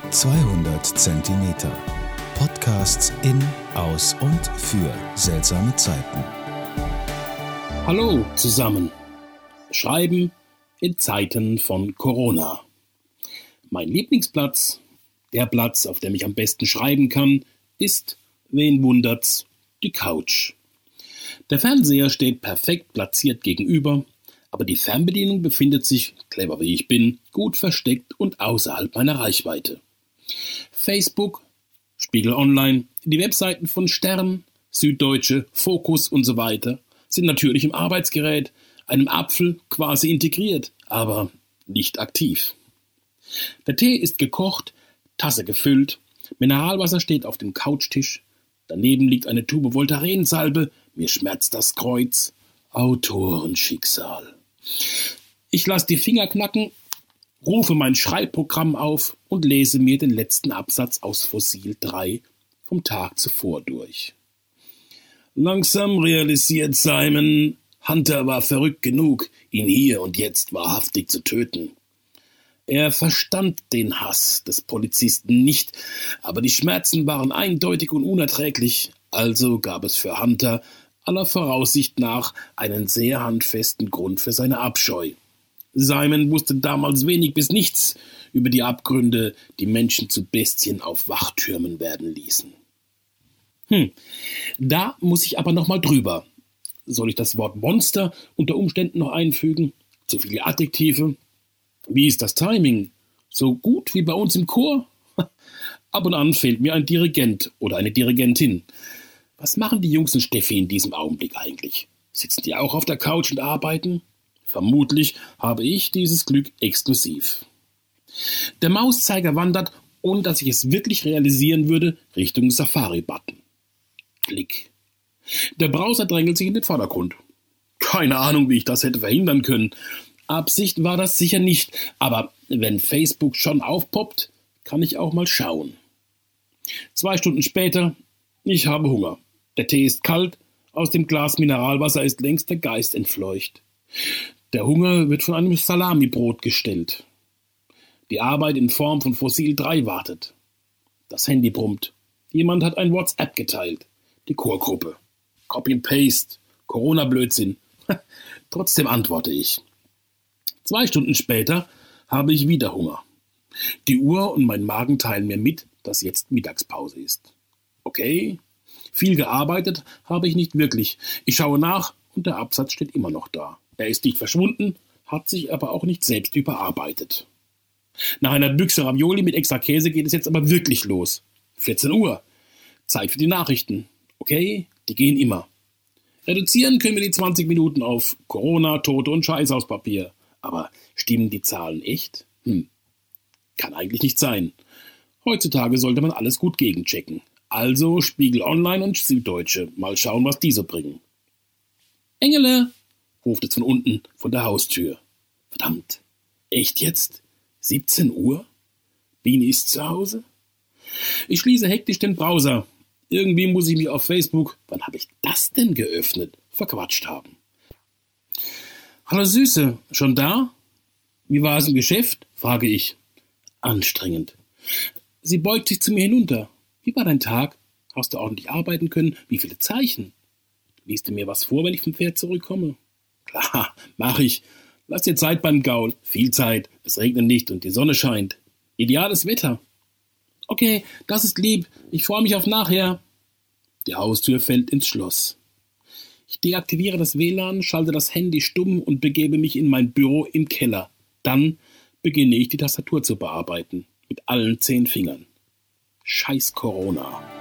200 Zentimeter. Podcasts in, aus und für seltsame Zeiten. Hallo zusammen. Schreiben in Zeiten von Corona. Mein Lieblingsplatz, der Platz, auf dem ich am besten schreiben kann, ist, wen wundert's, die Couch. Der Fernseher steht perfekt platziert gegenüber, aber die Fernbedienung befindet sich, clever wie ich bin, gut versteckt und außerhalb meiner Reichweite. Facebook, Spiegel Online, die Webseiten von Stern, Süddeutsche, Focus und so weiter sind natürlich im Arbeitsgerät, einem Apfel quasi integriert, aber nicht aktiv. Der Tee ist gekocht, Tasse gefüllt, Mineralwasser steht auf dem Couchtisch, daneben liegt eine Tube Voltaren-Salbe, mir schmerzt das Kreuz, Autorenschicksal. Ich lasse die Finger knacken, rufe mein Schreibprogramm auf und lese mir den letzten Absatz aus Fossil 3 vom Tag zuvor durch. Langsam realisiert Simon, Hunter war verrückt genug, ihn hier und jetzt wahrhaftig zu töten. Er verstand den Hass des Polizisten nicht, aber die Schmerzen waren eindeutig und unerträglich, also gab es für Hunter aller Voraussicht nach einen sehr handfesten Grund für seine Abscheu. Simon wusste damals wenig bis nichts über die Abgründe, die Menschen zu Bestien auf Wachtürmen werden ließen. Da muss ich aber nochmal drüber. Soll ich das Wort Monster unter Umständen noch einfügen? Zu viele Adjektive? Wie ist das Timing? So gut wie bei uns im Chor? Ab und an fehlt mir ein Dirigent oder eine Dirigentin. Was machen die Jungs und Steffi in diesem Augenblick eigentlich? Sitzen die auch auf der Couch und arbeiten? Vermutlich habe ich dieses Glück exklusiv. Der Mauszeiger wandert, ohne dass ich es wirklich realisieren würde, Richtung Safari-Button. Klick. Der Browser drängelt sich in den Vordergrund. Keine Ahnung, wie ich das hätte verhindern können. Absicht war das sicher nicht, aber wenn Facebook schon aufpoppt, kann ich auch mal schauen. 2 Stunden später, ich habe Hunger. Der Tee ist kalt, aus dem Glas Mineralwasser ist längst der Geist entfleucht. Der Hunger wird von einem Salamibrot gestillt. Die Arbeit in Form von Fossil 3 wartet. Das Handy brummt. Jemand hat ein WhatsApp geteilt. Die Chorgruppe. Copy and Paste. Corona-Blödsinn. Trotzdem antworte ich. 2 Stunden später habe ich wieder Hunger. Die Uhr und mein Magen teilen mir mit, dass jetzt Mittagspause ist. Okay, viel gearbeitet habe ich nicht wirklich. Ich schaue nach und der Absatz steht immer noch da. Er ist nicht verschwunden, hat sich aber auch nicht selbst überarbeitet. Nach einer Büchse Ravioli mit extra Käse geht es jetzt aber wirklich los. 14 Uhr. Zeit für die Nachrichten. Okay, die gehen immer. Reduzieren können wir die 20 Minuten auf Corona, Tote und Scheiß aus Papier. Aber stimmen die Zahlen echt? Kann eigentlich nicht sein. Heutzutage sollte man alles gut gegenchecken. Also Spiegel Online und Süddeutsche. Mal schauen, was die so bringen. Engele, ruft es von unten, von der Haustür. Verdammt, echt jetzt? 17 Uhr? Bini ist zu Hause? Ich schließe hektisch den Browser. Irgendwie muss ich mich auf Facebook, wann habe ich das denn geöffnet, verquatscht haben. Hallo Süße, schon da? Wie war es im Geschäft? Frage ich. Anstrengend. Sie beugt sich zu mir hinunter. Wie war dein Tag? Hast du ordentlich arbeiten können? Wie viele Zeichen? Liest du mir was vor, wenn ich vom Pferd zurückkomme? Klar, mach ich. Lass dir Zeit beim Gaul. Viel Zeit. Es regnet nicht und die Sonne scheint. Ideales Wetter. Okay, das ist lieb. Ich freue mich auf nachher. Die Haustür fällt ins Schloss. Ich deaktiviere das WLAN, schalte das Handy stumm und begebe mich in mein Büro im Keller. Dann beginne ich die Tastatur zu bearbeiten. Mit allen 10 Fingern. Scheiß Corona.